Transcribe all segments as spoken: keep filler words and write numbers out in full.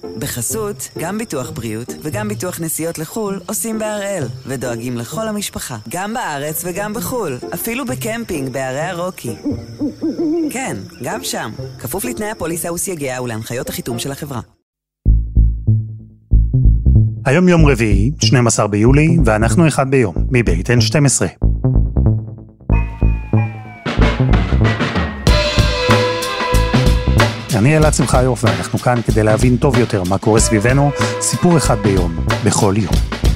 בחסות, גם ביטוח בריאות וגם ביטוח נסיעות לחול עושים בהראל, ודואגים לכל המשפחה, גם בארץ וגם בחול, אפילו בקמפינג בערי הרוקי. כן, גם שם, כפוף לתנאי הפוליסה וסייגיה ולהנחיות החיתום של החברה. היום יום רביעי, שנים עשר ביולי, ואנחנו אחד ביום, מבית אן שתים עשרה. אני אלעד שמחיוף, ואנחנו כאן כדי להבין טוב יותר מה קורה סביבנו, סיפור אחד ביום, בכל יום.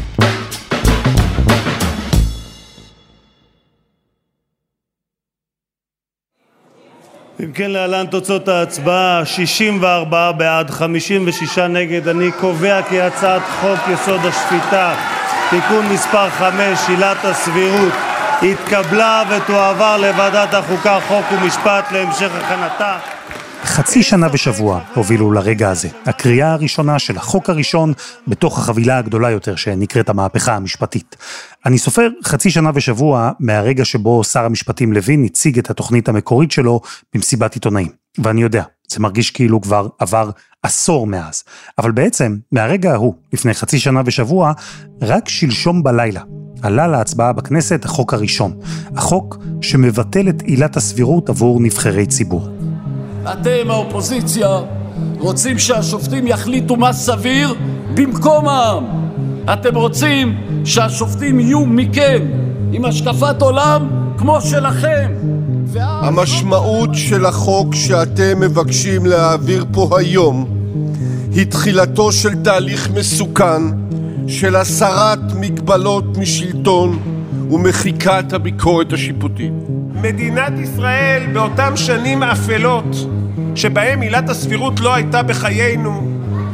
אם כן, להלן תוצאות ההצבעה, שישים וארבעה בעד, חמישים ושישה נגד. אני קובע כי הצעת חוק יסוד השפיטה, תיקון מספר חמש, עילת הסבירות, התקבלה ותועבר לוועדת החוקה, חוק ומשפט להמשך הכנתה. חצי שנה ושבוע הובילו לרגע הזה. הקריאה הראשונה של החוק הראשון בתוך החבילה הגדולה יותר שנקראת המהפכה המשפטית. אני סופר חצי שנה ושבוע מהרגע שבו שר המשפטים לוין הציג את התוכנית המקורית שלו במסיבת עיתונאים. ואני יודע, זה מרגיש כאילו כבר עבר עשור מאז. אבל בעצם, מהרגע ההוא, לפני חצי שנה ושבוע, רק שלשום בלילה, עלה להצבעה בכנסת החוק הראשון. החוק שמבטל את עילת הסבירות עבור נבחרי ציבור. אתם, האופוזיציה, רוצים שהשופטים יחליטו מה סביר במקום העם. אתם רוצים שהשופטים יהיו מכם, עם השקפת עולם כמו שלכם. המשמעות של החוק שאתם מבקשים להעביר פה היום היא תחילתו של תהליך מסוכן של הסרת מגבלות משלטון ומחיקת הביקורת השיפוטית. מדינת ישראל באותם שנים אפלות שבהם עילת הסבירות לא הייתה בחיינו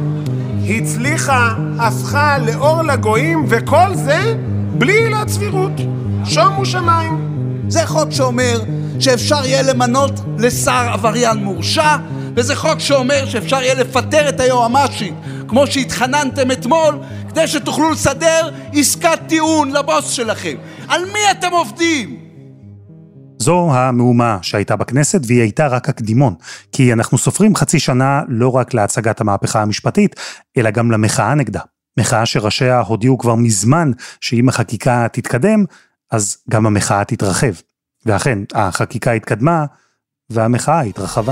הצליחה, הפכה לאור לגויים, וכל זה בלי עילת סבירות. שומו שמיים. זה חוק שאומר שאפשר יהיה למנות לשר עבריין מורשע, וזה חוק שאומר שאפשר יהיה לפטר את היועמ"שית כמו שהתחננתם אתמול, כדי שתוכלו לסדר עסקת טיעון לבוס שלכם. על מי אתם עובדים? זו המהומה שהייתה בכנסת, והיא הייתה רק הקדימון, כי אנחנו סופרים חצי שנה לא רק להצגת המהפכה המשפטית, אלא גם למחאה נגדה. מחאה שראשיה הודיעו כבר מזמן שאם החקיקה תתקדם, אז גם המחאה תתרחב. ואכן, החקיקה התקדמה, והמחאה התרחבה.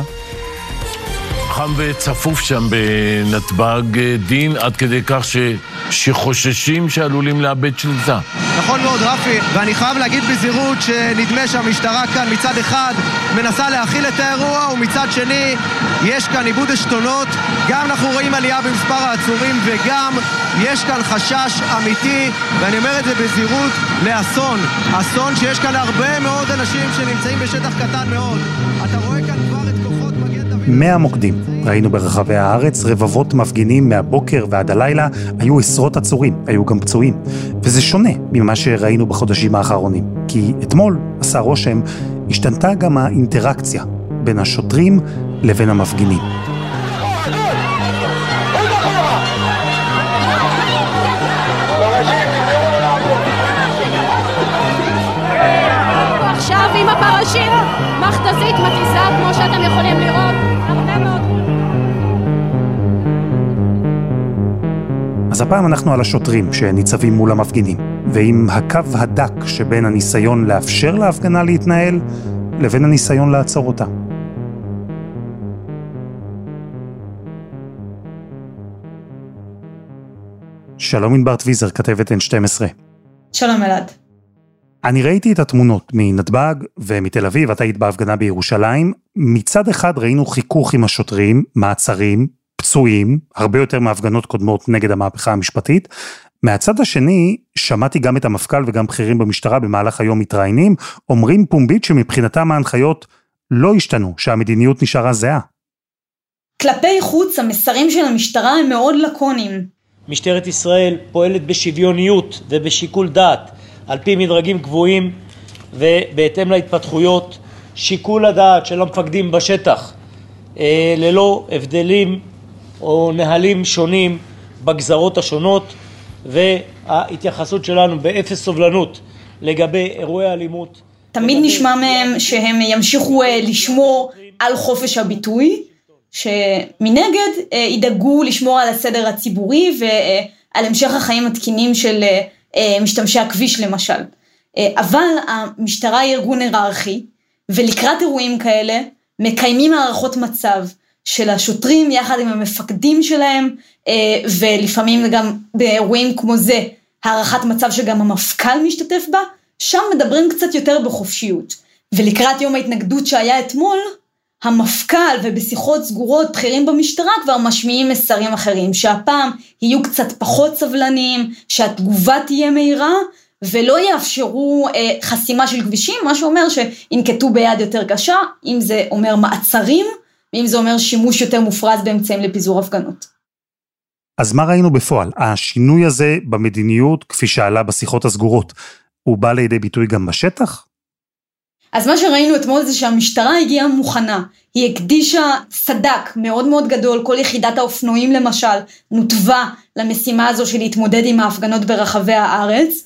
חם וצפוף שם בנתב"ג, דין, עד כדי כך ש... שחוששים שעלולים לאבד שליטה. נכון מאוד, רפי, ואני חייב להגיד בזהירות שנדמה שהמשטרה כאן מצד אחד מנסה להכיל את האירוע, ומצד שני יש כאן איבוד עשתונות. גם אנחנו רואים עלייה במספר העצורים, וגם יש כאן חשש אמיתי, ואני אומר את זה בזהירות, לאסון. אסון שיש כאן הרבה מאוד אנשים שנמצאים בשטח קטן מאוד. אתה רואה כאן כבר את כוחות מגן דוד. מאה מוקדים ראינו ברחבי הארץ, רבבות מפגינים מהבוקר ועד הלילה, היו עשרות עצורים, היו גם פצועים. וזה שונה ממה שראינו בחודשים האחרונים, כי אתמול עשה רושם, השתנתה גם האינטראקציה בין השוטרים לבין המפגינים. עכשיו עם הפרשים, מכתזית מתיזה כמו שאתם יכולים לראות, הרבה מאוד. אז הפעם אנחנו על השוטרים שניצבים מול המפגינים, ועם הקו הדק שבין הניסיון לאפשר להפגנה להתנהל, לבין הניסיון לעצור אותה. שלום ענבר טוויזר, כתבת אן שתים עשרה. שלום אלעד. אני ראיתי את התמונות מנתב"ג ומתל אביב, אתה היית בהפגנה בירושלים. מצד אחד ראינו חיכוך עם השוטרים, מעצרים, פצועים, הרבה יותר מהפגנות קודמות נגד המהפכה המשפטית. מהצד השני, שמעתי גם את המפכ"ל וגם בכירים במשטרה במהלך היום מתראיינים, אומרים פומבית שמבחינתם ההנחיות לא השתנו, שהמדיניות נשארה זהה. כלפי חוץ, המסרים של המשטרה הם מאוד לקוניים. משטרת ישראל פועלת בשוויוניות ובשיקול דעת, על פי מדרגים קבועים ובהתאם להתפתחויות, שיקול הדעת של המפקדים בשטח, אה, ללא הבדלים או נהלים שונים בגזרות השונות, וההתייחסות שלנו באפס סובלנות לגבי אירועי אלימות. תמיד נשמע מהם שהם ימשיכו לשמור על חופש הביטוי, שמנגד ידאגו לשמור על הסדר הציבורי ועל המשך החיים התקינים של משתמשי הכביש למשל. אבל המשטרה היא ארגון היררכי, ולקראת אירועים כאלה מקיימים הערכות מצב של השוטרים יחד עם המפקדים שלהם, ולפעמים גם באירועים כמו זה, הערכת מצב שגם המפכ"ל משתתף בה, שם מדברים קצת יותר בחופשיות. ולקראת יום ההתנגדות שהיה אתמול, המפכ"ל ובשיחות סגורות בכירים במשטרה כבר משמיעים מסרים אחרים, שהפעם יהיו קצת פחות סבלניים, שהתגובה תהיה מהירה, ולא יאפשרו אה, חסימה של כבישים, מה שאומר שינקטו ביד יותר קשה, אם זה אומר מעצרים, ואם זה אומר שימוש יותר מופרז באמצעים לפיזור הפגנות. אז מה ראינו בפועל? השינוי הזה במדיניות, כפי שעלה בשיחות הסגורות, הוא בא לידי ביטוי גם בשטח? אז מה שראינו אתמול זה שהמשטרה הגיעה מוכנה, היא הקדישה סדק מאוד מאוד גדול, כל יחידת האופנועים למשל, נותבה למשימה הזו של להתמודד עם ההפגנות ברחבי הארץ,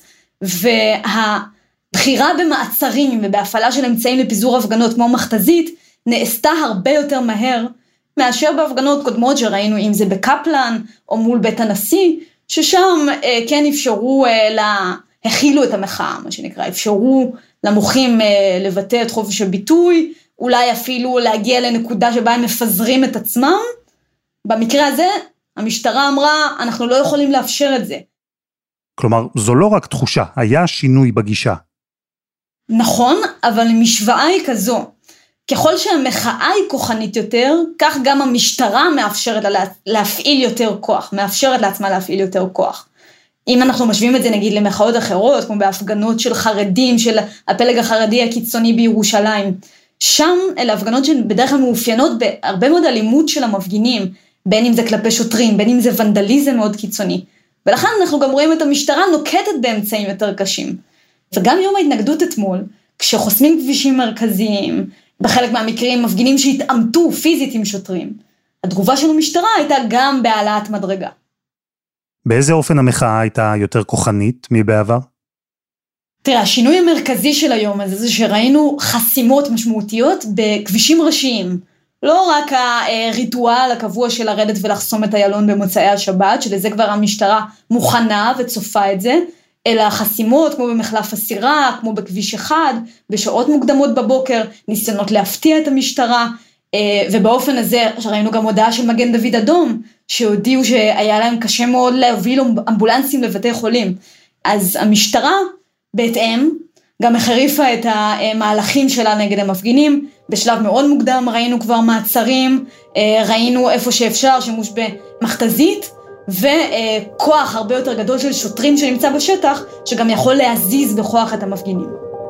והבחירה במעצרים ובהפעלה של אמצעים לפיזור הפגנות כמו מכתזית, נעשתה הרבה יותר מהר, מאשר בהפגנות קודמות שראינו, אם זה בקפלן או מול בית הנשיא, ששם אה, כן אפשרו, אה, לה, הכילו את המחאה, מה שנקרא, אפשרו למוחים אה, לבטא את חופש הביטוי, אולי אפילו להגיע לנקודה שבה הם מפזרים את עצמם. במקרה הזה, המשטרה אמרה, אנחנו לא יכולים לאפשר את זה. כלומר, זו לא רק תחושה, היה שינוי בגישה. נכון, אבל המשוואה היא כזו. ככל שהמחאה היא כוחנית יותר, כך גם המשטרה מאפשרת לה להפעיל יותר כוח, מאפשרת לעצמה להפעיל יותר כוח. אם אנחנו משווים את זה נגיד למחאות אחרות, כמו בהפגנות של חרדים, של הפלג החרדי הקיצוני בירושלים, שם אלה הפגנות שבדרך כלל מאופיינות בהרבה מאוד אלימות של המפגינים, בין אם זה כלפי שוטרים, בין אם זה ונדליזם מאוד קיצוני. ולכן אנחנו גם רואים את המשטרה נוקטת באמצעים יותר קשים. וגם יום ההתנגדות אתמול, כשחוסמים כבישים מרכזיים, בחלק מהמקרים מפגינים שהתעמתו פיזית עם שוטרים, התגובה של המשטרה הייתה גם בהעלאת מדרגה. באיזה אופן המחאה הייתה יותר כוחנית מבעבר? תראה, השינוי המרכזי של היום הזה זה שראינו חסימות משמעותיות בכבישים ראשיים. לא רק הריטואל הקבוע של לרדת ולחסום את איילון במוצאי השבת, שלזה כבר המשטרה מוכנה וצופה את זה, אלא חסימות כמו במחלף הסירה, כמו בכביש אחד, בשעות מוקדמות בבוקר, ניסיונות להפתיע את המשטרה, ובאופן הזה ראינו גם הודעה של מגן דוד אדום, שהודיעו שהיה להם קשה מאוד להוביל אמבולנסים לבתי חולים. אז המשטרה בהתאם גם החריפה את המהלכים שלה נגד המפגינים, בשלב מאוד מוקדם ראינו כבר מעצרים, ראינו איפה שאפשר שימוש במכתזית, וכוח הרבה יותר גדול של שוטרים שנמצא בשטח, שגם יכול להזיז בכוח את המפגינים.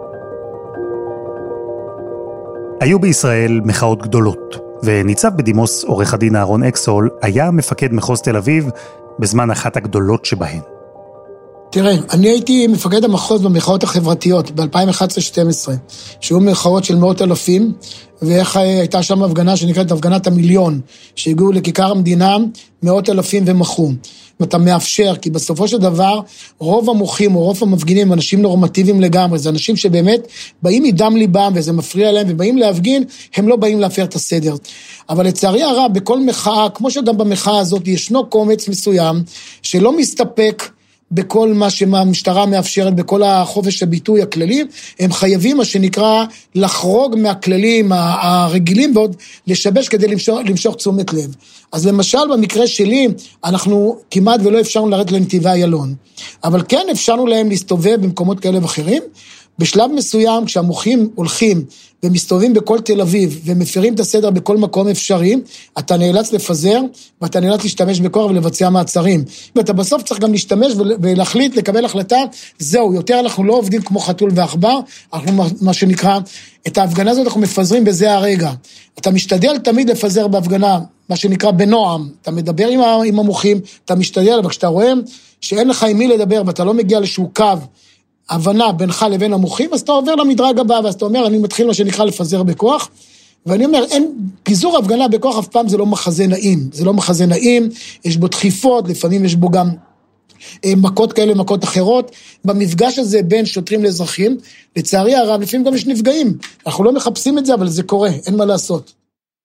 היו בישראל מחאות גדולות, וניצב בדימוס עורך הדין אהרון אקסול היה מפקד מחוז תל אביב בזמן אחת הגדולות שבהן. תראה, אני הייתי מפקד המחוז במחאות החברתיות ב-אלפיים ואחת עשרה שתים עשרה, שהיו מחאות של מאות אלפים, ואיך הייתה שם הפגנה שנקראת הפגנת המיליון, שהגיעו לכיכר המדינה מאות אלפים ומחו. ואתה מאפשר, כי בסופו של דבר, רוב המוחים או רוב המפגינים הם אנשים נורמטיביים לגמרי, זה אנשים שבאמת באים מדם ליבם וזה מפריע להם, ובאים להפגין, הם לא באים להפר את הסדר. אבל לצערי הרב, בכל מחאה, כמו שגם במחאה הזאת, ישנו קומץ מסוים, שלא מסתפק בכל מה שהמשטרה מאפשרת, בכל החופש הביטוי הכללי, הם חייבים מה שנקרא לחרוג מהכללים הרגילים ועוד לשבש כדי למשוך, למשוך תשומת לב. אז למשל במקרה שלי, אנחנו כמעט ולא אפשרנו לרדת לנתיבי איילון, אבל כן אפשרנו להם להסתובב במקומות כאלה ואחרים. בשלב מסוים כשהמוחים הולכים ומסתובבים בכל תל אביב ומפרים את הסדר בכל מקום אפשרי, אתה נאלץ לפזר ואתה נאלץ להשתמש בכוח ולבצע מעצרים. ואתה בסוף צריך גם להשתמש ולהחליט, לקבל החלטה, זהו, יותר אנחנו לא עובדים כמו חתול ועכבר, אנחנו מה שנקרא, את ההפגנה הזאת אנחנו מפזרים בזה הרגע. אתה משתדל תמיד לפזר בהפגנה, מה שנקרא בנועם, אתה מדבר עם, עם המוחים, אתה משתדל, אבל כשאתה רואה שאין לך עם מי לדבר ואתה לא מגיע לשום קו, הבנה בינך לבין המוחים, אז אתה עובר למדרג הבא, ואז אתה אומר, אני מתחיל מה שנקרא לפזר בכוח, ואני אומר, אין, פיזור הפגנה בכוח אף פעם זה לא מחזה נעים, זה לא מחזה נעים, יש בו דחיפות, לפעמים יש בו גם מכות כאלה, מכות אחרות, במפגש הזה בין שוטרים לאזרחים, לצערי הרב, לפעמים גם יש נפגעים, אנחנו לא מחפשים את זה, אבל זה קורה, אין מה לעשות.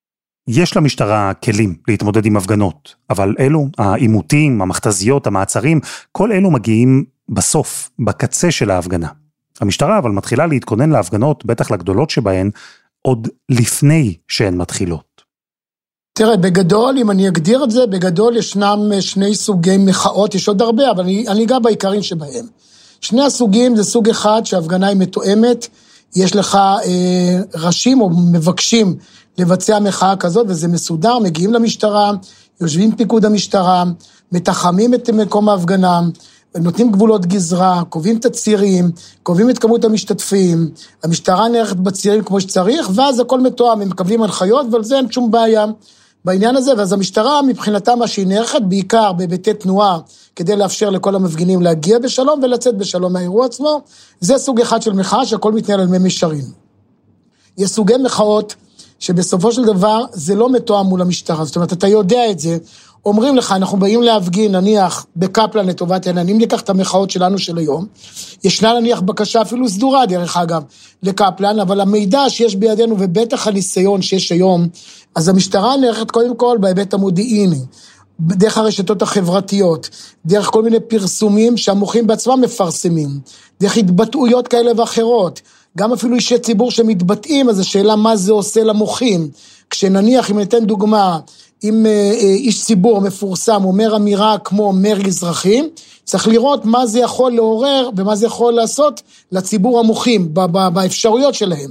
יש למשטרה כלים להתמודד עם הפגנות, אבל אלו, העימותים, המכתזיות, המעצרים, כל אלו מגיעים בסוף, בקצה של ההפגנה. המשטרה אבל מתחילה להתכונן להפגנות, בטח לגדולות שבהן, עוד לפני שהן מתחילות. תראה, בגדול, אם אני אגדיר את זה, בגדול ישנם שני סוגי מחאות, יש עוד הרבה, אבל אני, אני אגע בעיקרים שבהם. שני הסוגים זה סוג אחד שההפגנה היא מתואמת, יש לך אה, ראשים או מבקשים לבצע מחאה כזאת, וזה מסודר, מגיעים למשטרה, יושבים פיקוד המשטרה, מתחמים את מקום ההפגנה, נותנים גבולות גזרה, קובעים את הצירים, קובעים את כמות המשתתפים, המשטרה נערכת בצירים כמו שצריך, ואז הכל מתואם, הם מקבלים הנחיות, ועל זה אין שום בעיה בעניין הזה, ואז המשטרה מבחינתה מה שהיא נערכת, בעיקר בהיבטי תנועה, כדי לאפשר לכל המפגינים להגיע בשלום, ולצאת בשלום מהאירוע עצמו, זה סוג אחד של מחאה, שהכל מתנהל על מי מישרים. יש סוגי מחאות, שבסופו של דבר זה לא מתואם מול המשטרה, זאת אומרת, אתה יודע את זה, אומרים לך, אנחנו באים להפגין, נניח, בקפלן לטובת העניין, אם ניקח את המחאות שלנו של היום, ישנה נניח בקשה אפילו סדורה, דרך אגב, לקפלן, אבל המידע שיש בידינו, ובטח הניסיון שיש היום, אז המשטרה נערכת קודם כל בהיבט המודיעיני, דרך הרשתות החברתיות, דרך כל מיני פרסומים שהמוחים בעצמם מפרסמים, דרך התבטאויות כאלה ואחרות, גם אפילו אישי ציבור שמתבטאים, אז השאלה מה זה עושה למוחים, כשנניח, אם ניתן דוגמה, אם איש ציבור מפורסם אומר אמירה כמו מרי אזרחים, צריך לראות מה זה יכול לעורר ומה זה יכול לעשות לציבור המוחים, באפשרויות שלהם.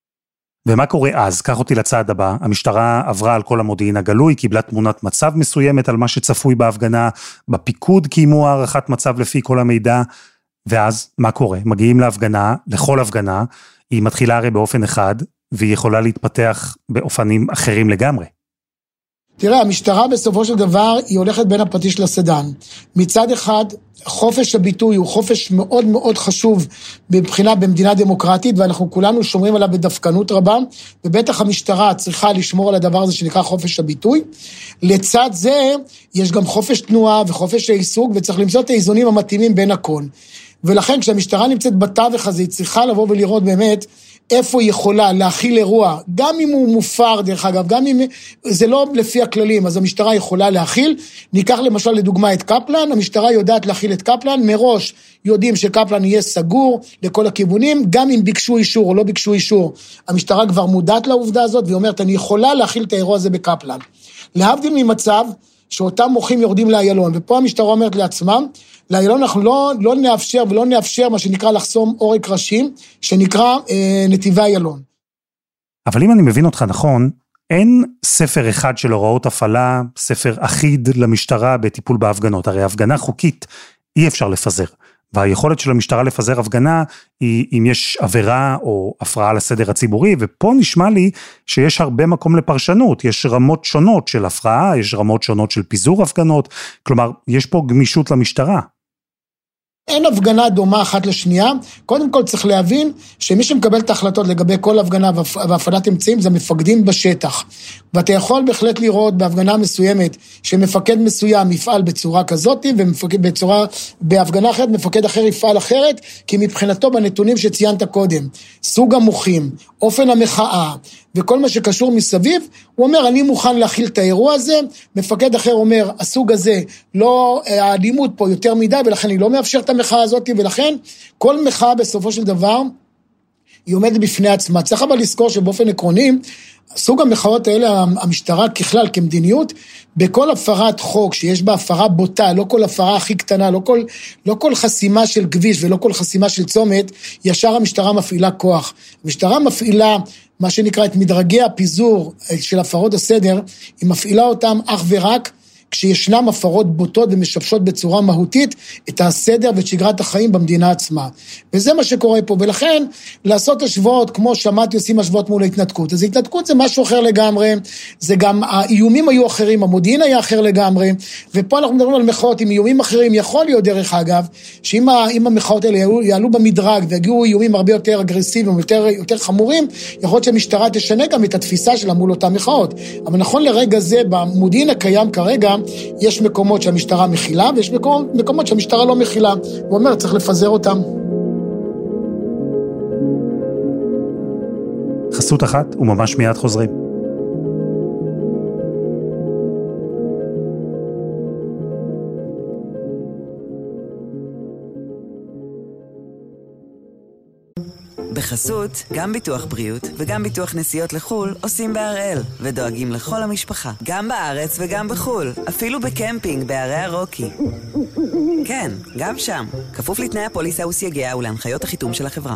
ומה קורה אז? קח אותי לצעד הבא. המשטרה עברה על כל המודיעין הגלוי, קיבלה תמונת מצב מסוימת על מה שצפוי בהפגנה, בפיקוד קיימו הערכת מצב לפי כל המידע, ואז מה קורה? מגיעים להפגנה, לכל הפגנה, היא מתחילה הרי באופן אחד, והיא יכולה להתפתח באופנים אחרים לגמרי. תראה, המשטרה בסופו של דבר היא הולכת בין הפטיש לסדן. מצד אחד, חופש הביטוי הוא חופש מאוד מאוד חשוב מבחינה במדינה דמוקרטית, ואנחנו כולנו שומרים עליו בדווקנות רבה, ובטח המשטרה צריכה לשמור על הדבר הזה שנקרא חופש הביטוי. לצד זה, יש גם חופש תנועה וחופש העיסוק, וצריך למצוא את האיזונים המתאימים בין הכל. ולכן כשהמשטרה נמצאת בתווך הזה, היא צריכה לבוא ולראות באמת, איפה היא יכולה להכיל אירוע, גם אם הוא מופר דרך אגב, גם אם זה לא לפי הכללים, אז המשטרה יכולה להכיל, ניקח למשל לדוגמה את קפלן, המשטרה יודעת להכיל את קפלן, מראש יודעים שקפלן יהיה סגור לכל הכיוונים, גם אם ביקשו אישור או לא ביקשו אישור, המשטרה כבר מודעת לעובדה הזאת, והיא אומרת, אני יכולה להכיל את האירוע הזה בקפלן. להבדיל ממצב, שאותם מוחים יורדים לאיילון, ופה המשטרה אומרת לעצמם, לאיילון אנחנו לא, לא נאפשר ולא נאפשר מה שנקרא לחסום עורק ראשים, שנקרא אה, נתיבי איילון. אבל אם אני מבין אותך נכון, אין ספר אחד של הוראות הפעלה, ספר אחיד למשטרה בטיפול בהפגנות, הרי הפגנה חוקית אי אפשר לפזר, והיכולת של המשטרה לפזר הפגנה היא אם יש עבירה או הפרעה לסדר הציבורי, ופה נשמע לי שיש הרבה מקום לפרשנות, יש רמות שונות של הפרעה, יש רמות שונות של פיזור הפגנות, כלומר יש פה גמישות למשטרה. אין הפגנה דומה אחת לשנייה, קודם כל צריך להבין שמי שמקבל את ההחלטות לגבי כל הפגנה והפעלת אמצעים זה המפקדים בשטח, ואתה יכול בהחלט לראות בהפגנה מסוימת שמפקד מסוים יפעל בצורה כזאת, ומפקד בצורה, בהפגנה אחרת מפקד אחר יפעל אחרת, כי מבחינתו בנתונים שציינת קודם, סוג המוחים, אופן המחאה, וכל מה שקשור מסביב, הוא אומר, אני מוכן להכיל את האירוע הזה, מפקד אחר אומר, הסוג הזה, לא, האלימות פה יותר מדי, ולכן אני לא מאפשר את המחאה הזאת, ולכן כל מחאה בסופו של דבר, היא עומדת בפני עצמה. צריך אבל לזכור שבאופן עקרוני, סוג המחאות האלה, המשטרה ככלל, כמדיניות, בכל הפרת חוק שיש בה הפרה בוטה, לא כל הפרה הכי קטנה, לא כל, לא כל חסימה של כביש ולא כל חסימה של צומת, ישר המשטרה מפעילה כוח. המשטרה מפעילה מה שנקרא את מדרגי הפיזור של הפרות הסדר, היא מפעילה אותם אך ורק כשישנם הפרות בוטות ומשבשות בצורה מהותית את הסדר ואת שגרת החיים במדינה עצמה. וזה מה שקורה פה, ולכן לעשות השוואות, כמו שמעתי עושים השוואות מול ההתנתקות, אז ההתנתקות זה משהו אחר לגמרי, זה גם האיומים היו אחרים, המודיעין היה אחר לגמרי, ופה אנחנו מדברים על מחאות עם איומים אחרים, יכול להיות דרך אגב, שאם המחאות האלה יעלו, יעלו במדרג והגיעו איומים הרבה יותר אגרסיביים, יותר, יותר חמורים, יכול להיות שהמשטרה תשנה גם את התפיסה שלה מול אותם מחאות. אבל נכון לרגע זה, במודיעין הקיים כרגע, יש מקומות שהמשטרה מכילה, ויש מקומות, מקומות שהמשטרה לא מכילה. הוא אומר, צריך לפזר אותם. חסות אחת, וממש מיד חוזרים. בחסות, גם ביטוח בריאות וגם ביטוח נסיעות לחול עושים בהראל, ודואגים לכל המשפחה, גם בארץ וגם בחול, אפילו בקמפינג בערי הרוקי. כן, גם שם, כפוף לתנאי הפוליסה וסייגיה ולהנחיות החיתום של החברה.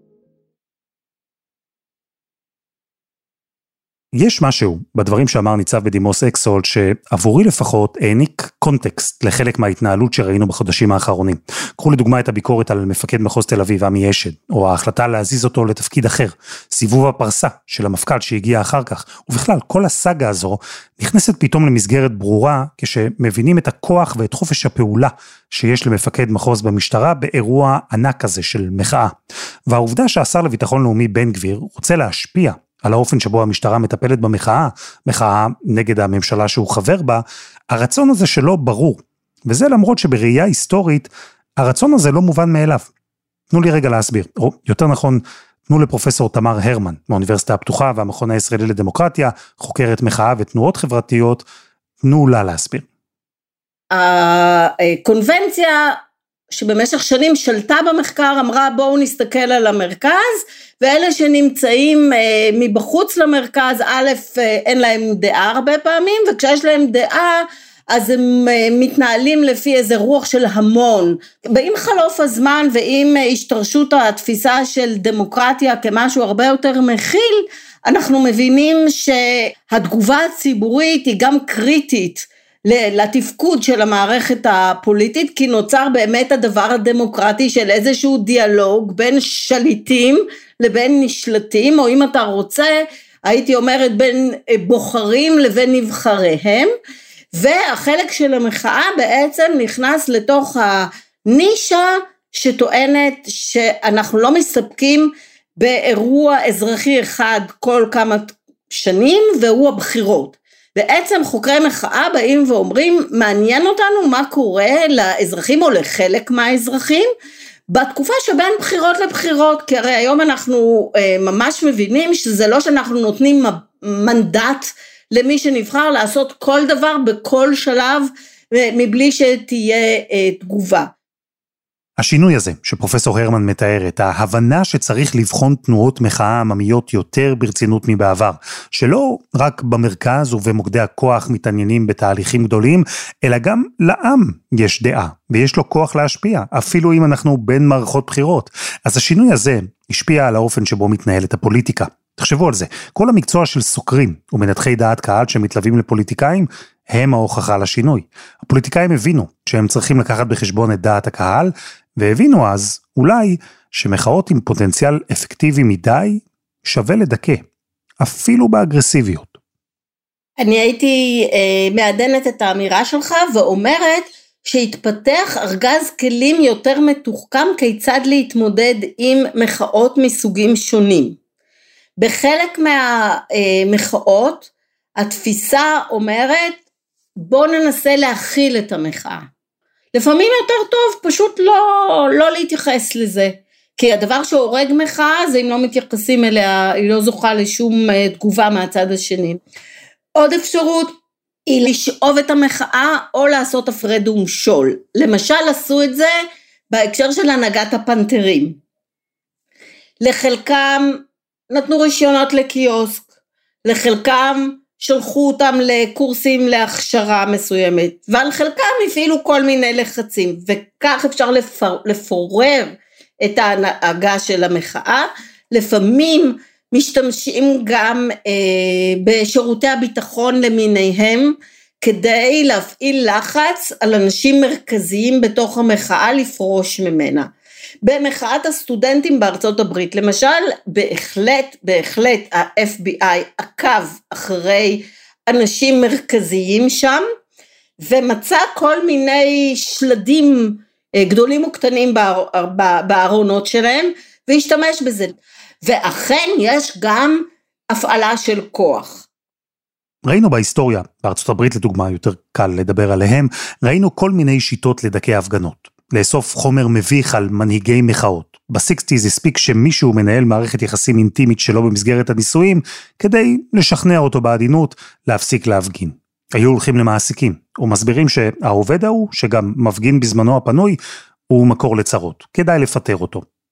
יש משהו בדברים שאמר ניצב בדימוס אקסולד שעבורי לפחות העניק קונטקסט לחלק מההתנהלות שראינו בחודשים האחרונים. קחו לדוגמה את הביקורת על מפקד מחוז תל אביב, עמי אשד, או ההחלטה להזיז אותו לתפקיד אחר, סיבוב הפרסה של המפכ"ל שהגיע אחר כך, ובכלל כל הסאגה הזו נכנסת פתאום למסגרת ברורה כשמבינים את הכוח ואת חופש הפעולה שיש למפקד מחוז במשטרה באירוע ענק הזה של מחאה. והעובדה שהשר לביטחון לאומי בן גביר רוצה להשפיע על האופן שבו המשטרה מטפלת במחאה, מחאה נגד הממשלה שהוא חבר בה, הרצון הזה שלו ברור. וזה למרות שבראייה היסטורית, הרצון הזה לא מובן מאליו. תנו לי רגע להסביר, או יותר נכון, תנו לפרופסור תמר הרמן, מהאוניברסיטה הפתוחה והמכון הישראלי לדמוקרטיה, חוקרת מחאה ותנועות חברתיות, תנו לה להסביר. הקונבנציה שבמשך שנים שלטה במחקר, אמרה בואו נסתכל על המרכז, ואלה שנמצאים אה, מבחוץ למרכז, א', אה, אין להם דעה הרבה פעמים, וכשיש להם דעה, אז הם אה, מתנהלים לפי איזה רוח של המון. ועם חלוף הזמן, ועם אה, השתרשות התפיסה של דמוקרטיה כמשהו הרבה יותר מכיל, אנחנו מבינים שהתגובה הציבורית היא גם קריטית, לתפקוד של המערכת הפוליטית, כי נוצר באמת הדבר הדמוקרטי של איזשהו דיאלוג בין שליטים לבין נשלטים, או אם אתה רוצה, הייתי אומרת בין בוחרים לבין נבחריהם, והחלק של המחאה בעצם נכנס לתוך הנישה שטוענת שאנחנו לא מסתפקים באירוע אזרחי אחד כל כמה שנים, והוא הבחירות. בעצם חוקרי מחאה באים ואומרים, מעניין אותנו מה קורה לאזרחים או לחלק מהאזרחים, בתקופה שבין בחירות לבחירות, כי הרי היום אנחנו אה, ממש מבינים שזה לא שאנחנו נותנים מנדט למי שנבחר לעשות כל דבר בכל שלב, מבלי שתהיה אה, תגובה. השינוי הזה שפרופסור הרמן מתארת, ההבנה שצריך לבחון תנועות מחאה עממיות יותר ברצינות מבעבר, שלא רק במרכז ובמוקדי הכוח מתעניינים בתהליכים גדולים, אלא גם לעם יש דעה, ויש לו כוח להשפיע, אפילו אם אנחנו בין מערכות בחירות. אז השינוי הזה השפיע על האופן שבו מתנהלת הפוליטיקה. תחשבו על זה, כל המקצוע של סוקרים ומנתחי דעת קהל שמתלווים לפוליטיקאים, הם ההוכחה לשינוי. הפוליטיקאים הבינו שהם צריכים לקחת בחשבון את דעת הקהל, והבינו אז, אולי, שמחאות עם פוטנציאל אפקטיבי מדי, שווה לדכא, אפילו באגרסיביות. אני הייתי אה, מעדנת את האמירה שלך, ואומרת שהתפתח ארגז כלים יותר מתוחכם, כיצד להתמודד עם מחאות מסוגים שונים. בחלק מהמחאות, התפיסה אומרת, בוא ננסה להכיל את המחאה. לפעמים יותר טוב פשוט לא, לא להתייחס לזה, כי הדבר שהורג מחאה זה אם לא מתייחסים אליה, היא לא זוכה לשום תגובה מהצד השני. עוד אפשרות היא לשאוב את המחאה או לעשות הפרד ומשול. למשל עשו את זה בהקשר של הנהגת הפנתרים. לחלקם נתנו רישיונות לקיוסק, לחלקם שלחו אותם לקורסים להכשרה מסוימת, ועל חלקם הפעילו כל מיני לחצים, וכך אפשר לפר, לפורר את ההנהגה של המחאה. לפעמים משתמשים גם אה, בשירותי הביטחון למיניהם, כדי להפעיל לחץ על אנשים מרכזיים בתוך המחאה לפרוש ממנה. במחאת הסטודנטים בארצות הברית, למשל, בהחלט, בהחלט ה-אף בי איי עקב אחרי אנשים מרכזיים שם, ומצא כל מיני שלדים גדולים וקטנים בארונות שלהם, והשתמש בזה. ואכן יש גם הפעלה של כוח. ראינו בהיסטוריה, בארצות הברית לדוגמה, יותר קל לדבר עליהם, ראינו כל מיני שיטות לדכא הפגנות. לאסוף חומר מביך על מנהיגי מחאות. בסיקסטיז הספיק שמישהו מנהל מערכת יחסים אינטימית שלו במסגרת הנישואים, כדי לשכנע אותו בעדינות להפסיק להפגין. היו הולכים למעסיקים, ומסבירים שהעובד ההוא, שגם מפגין בזמנו הפנוי, הוא מקור לצרות. כדאי לפטר אותו.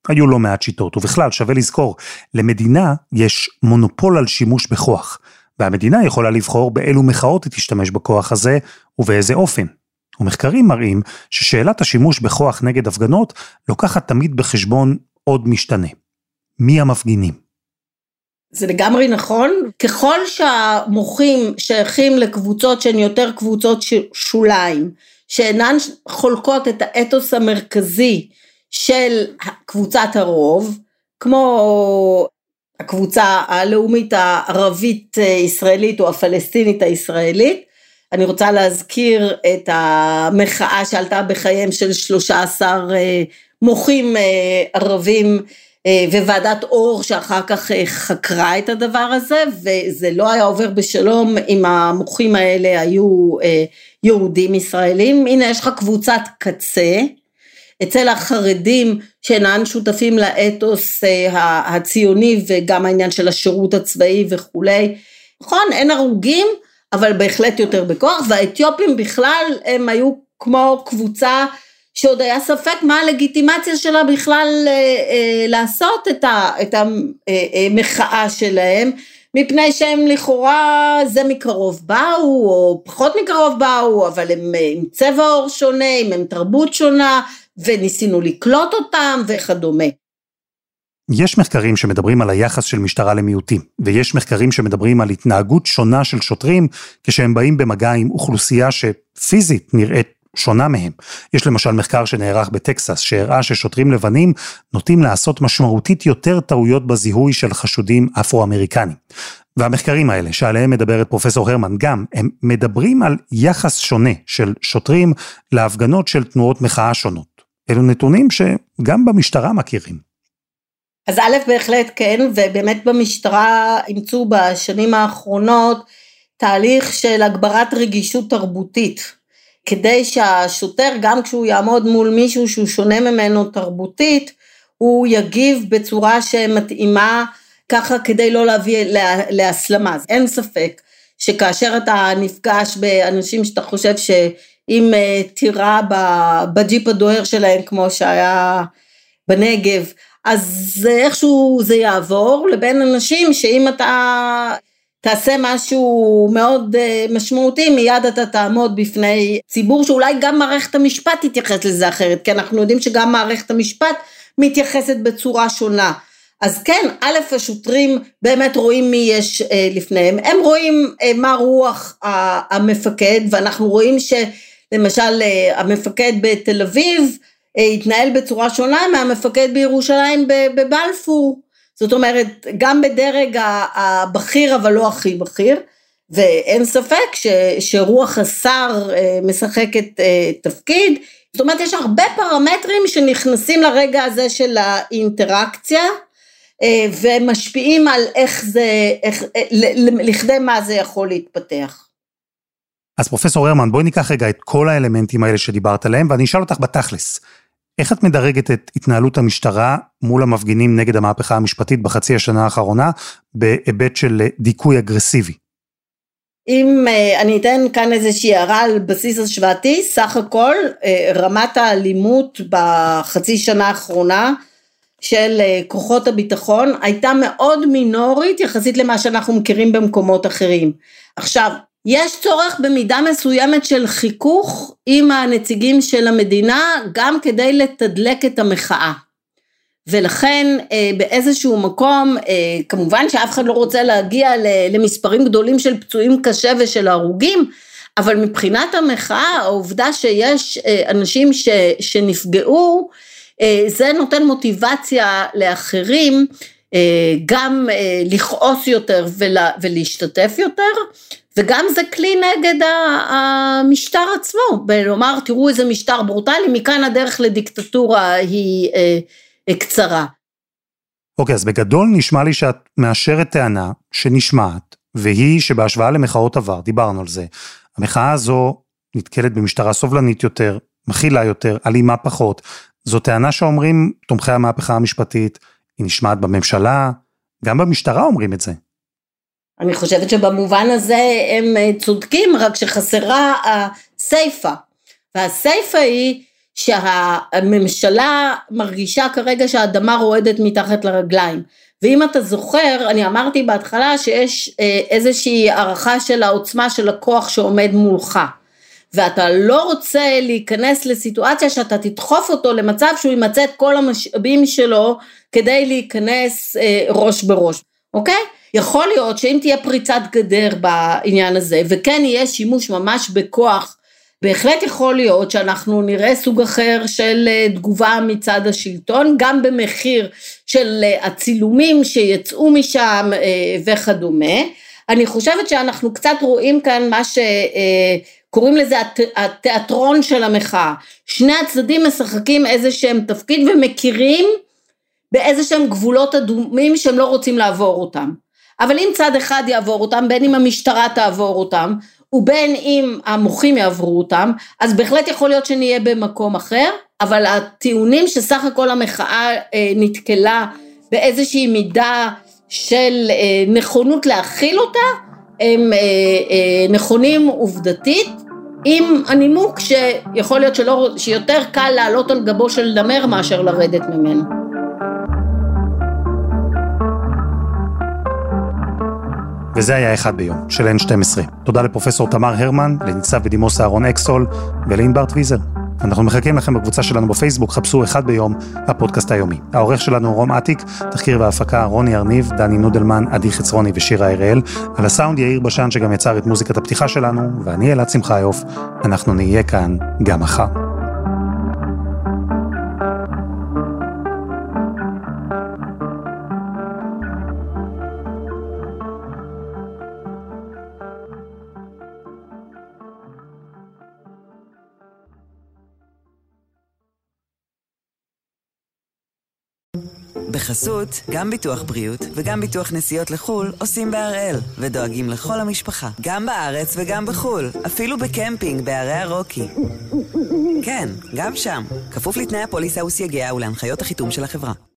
היו לא מעט שיטות, ובכלל שווה לזכור, למדינה יש מונופול על שימוש בכוח, והמדינה יכולה לבחור באילו מחאות היא תשתמש בכוח הזה ובאיזה אופן. ומחקרים מראים ששאלת השימוש בכוח נגד הפגנות לוקחת תמיד בחשבון עוד משתנה. מי המפגינים? זה לגמרי נכון. ככל שהמוחים שייכים לקבוצות שהן יותר קבוצות שוליים, שאינן חולקות את האתוס המרכזי של קבוצת הרוב, כמו הקבוצה הלאומית הערבית ישראלית או הפלסטינית הישראלית, אני רוצה להזכיר את המחאה שעלתה בחייהם של שלושה עשר מוחים ערבים, וועדת אור שאחר כך חקרה את הדבר הזה, וזה לא היה עובר בשלום אם המוחים האלה היו יהודים ישראלים. הנה יש לך קבוצת קצה, אצל החרדים שאינן שותפים לאתוס הציוני, וגם העניין של השירות הצבאי וכולי, נכון, אין הרוגים, אבל בהחלט יותר בכוח, והאתיופים בכלל הם היו כמו קבוצה, שעוד היה ספק מה הלגיטימציה שלה בכלל אה, אה, לעשות את, ה, את המחאה שלהם, מפני שהם לכאורה זה מקרוב באו, או פחות מקרוב באו, אבל הם עם צבע עור שונה, הם תרבות שונה, וניסינו לקלוט אותם וכדומה. יש מחקרים שמדברים על היחס של משטרה למיעוטים, ויש מחקרים שמדברים על התנהגות שונה של שוטרים, כשהם באים במגע עם אוכלוסייה שפיזית נראית שונה מהם. יש למשל מחקר שנערך בטקסס, שהראה ששוטרים לבנים נוטים לעשות משמעותית יותר טעויות בזיהוי של חשודים אפרו-אמריקנים. והמחקרים האלה, שעליהם מדברת פרופסור הרמן גם, הם מדברים על יחס שונה של שוטרים להפגנות של תנועות מחאה שונות. אלו נתונים שגם במשטרה מכירים. אז א' בהחלט כן, ובאמת במשטרה אימצו בשנים האחרונות תהליך של הגברת רגישות תרבותית, כדי שהשוטר גם כשהוא יעמוד מול מישהו שהוא שונה ממנו תרבותית, הוא יגיב בצורה שמתאימה ככה כדי לא להביא להסלמה. אז אין ספק שכאשר אתה נפגש באנשים שאתה חושב שאם תירה בג'יפ הדוהר שלהם כמו שהיה בנגב, אז איכשהו זה יעבור, לבין אנשים שאם אתה תעשה משהו מאוד משמעותי, מיד אתה תעמוד בפני ציבור שאולי גם מערכת המשפט תתייחס לזה אחרת, כי אנחנו יודעים שגם מערכת המשפט מתייחסת בצורה שונה. אז כן, א' השוטרים באמת רואים מי יש לפניהם, הם רואים מה רוח המפקד, ואנחנו רואים שלמשל המפקד בתל אביב, התנהל בצורה שונה מהמפקד בירושלים בבלפור, זאת אומרת גם בדרג הבכיר אבל לא הכי בכיר, ואין ספק ש, שרוח השר משחקת תפקיד, זאת אומרת יש הרבה פרמטרים שנכנסים לרגע הזה של האינטראקציה, ומשפיעים על איך זה, איך, לכדי מה זה יכול להתפתח. אז פרופסור הרמן, בואי ניקח רגע את כל האלמנטים האלה שדיברת עליהם, ואני אשאל אותך בתכלס, איך את מדרגת את התנהלות המשטרה מול המפגינים נגד המהפכה המשפטית בחצי השנה האחרונה, בהיבט של דיכוי אגרסיבי? אם אני אתן כאן איזושהי הערה על בסיס השוואתי, סך הכל רמת האלימות בחצי שנה האחרונה, של כוחות הביטחון, הייתה מאוד מינורית, יחסית למה שאנחנו מכירים במקומות אחרים. עכשיו, יש צורך במידה מסוימת של חיכוך עם הנציגים של המדינה, גם כדי לתדלק את המחאה. ולכן באיזשהו מקום, כמובן שאף אחד לא רוצה להגיע למספרים גדולים של פצועים קשה ושל הרוגים, אבל מבחינת המחאה, העובדה שיש אנשים שנפגעו, זה נותן מוטיבציה לאחרים, גם לכעוס יותר ולהשתתף יותר, וגם זה כלי נגד המשטר עצמו, ולומר תראו איזה משטר ברוטלי, מכאן הדרך לדיקטטורה היא קצרה. אוקיי, אז בגדול נשמע לי שאת מאשרת טענה שנשמעת, והיא שבהשוואה למחאות עבר, דיברנו על זה, המחאה הזו נתקלת במשטרה סובלנית יותר, מכילה יותר, אלימה פחות, זו טענה שאומרים תומכי המהפכה המשפטית, היא נשמעת בממשלה, גם במשטרה אומרים את זה. אני חושבת שבמובן הזה הם צודקים, רק שחסרה הסייפה, והסייפה היא שהממשלה מרגישה כרגע שהאדמה רועדת מתחת לרגליים. ואם אתה זוכר, אני אמרתי בהתחלה שיש איזושהי הערכה של העוצמה של הכוח שעומד מולך. ואתה לא רוצה להיכנס לסיטואציה שאתה תדחוף אותו למצב שהוא ימצא את כל המשאבים שלו כדי להיכנס אה, ראש בראש, אוקיי? יכול להיות שאם תהיה פריצת גדר בעניין הזה, וכן יהיה שימוש ממש בכוח, בהחלט יכול להיות שאנחנו נראה סוג אחר של תגובה מצד השלטון, גם במחיר של הצילומים שיצאו משם וכדומה. אני חושבת שאנחנו קצת רואים כאן מה שקוראים לזה התיאטרון של המחאה. שני הצדדים משחקים איזה שהם תפקיד ומכירים באיזה שהם גבולות אדומים שהם לא רוצים לעבור אותם. אבל אם צד אחד יעבור אותם, בין אם המשטרה תעבור אותם, ובין אם המוחים יעברו אותם, אז בהחלט יכול להיות שנהיה במקום אחר, אבל הטיעונים שסך הכל המחאה נתקלה באיזושהי מידה של נכונות להכיל אותה, הם נכונים עובדתית, עם הנימוק שיכול להיות שלא, שיותר קל לעלות על גבו של נמר מאשר לרדת ממנו. וזה היה אחד ביום, של אן שתים עשרה. תודה לפרופסור תמר הרמן, לניצב בדימוס אהרון אקסול, ולענבר טוויזר. אנחנו מחכים לכם בקבוצה שלנו בפייסבוק, חפשו אחד ביום, הפודקאסט היומי. העורך שלנו רום עתיק, תחקיר והפקה רוני ארניב, דני נודלמן, עדי חצרוני ושירה הראל, על הסאונד יאיר בשן שגם יצר את מוזיקת הפתיחה שלנו, ואני אלעד שמחיוף, אנחנו נהיה כאן גם מחר. בחסות, גם ביטוח בריאות וגם ביטוח נסיעות לחול עושים בהראל ודואגים לכל המשפחה, גם בארץ וגם בחול, אפילו בקמפינג בערי הרוקי. כן, גם שם, כפוף לתנאי הפוליסה וסייגיה ולהנחיות החיתום של החברה.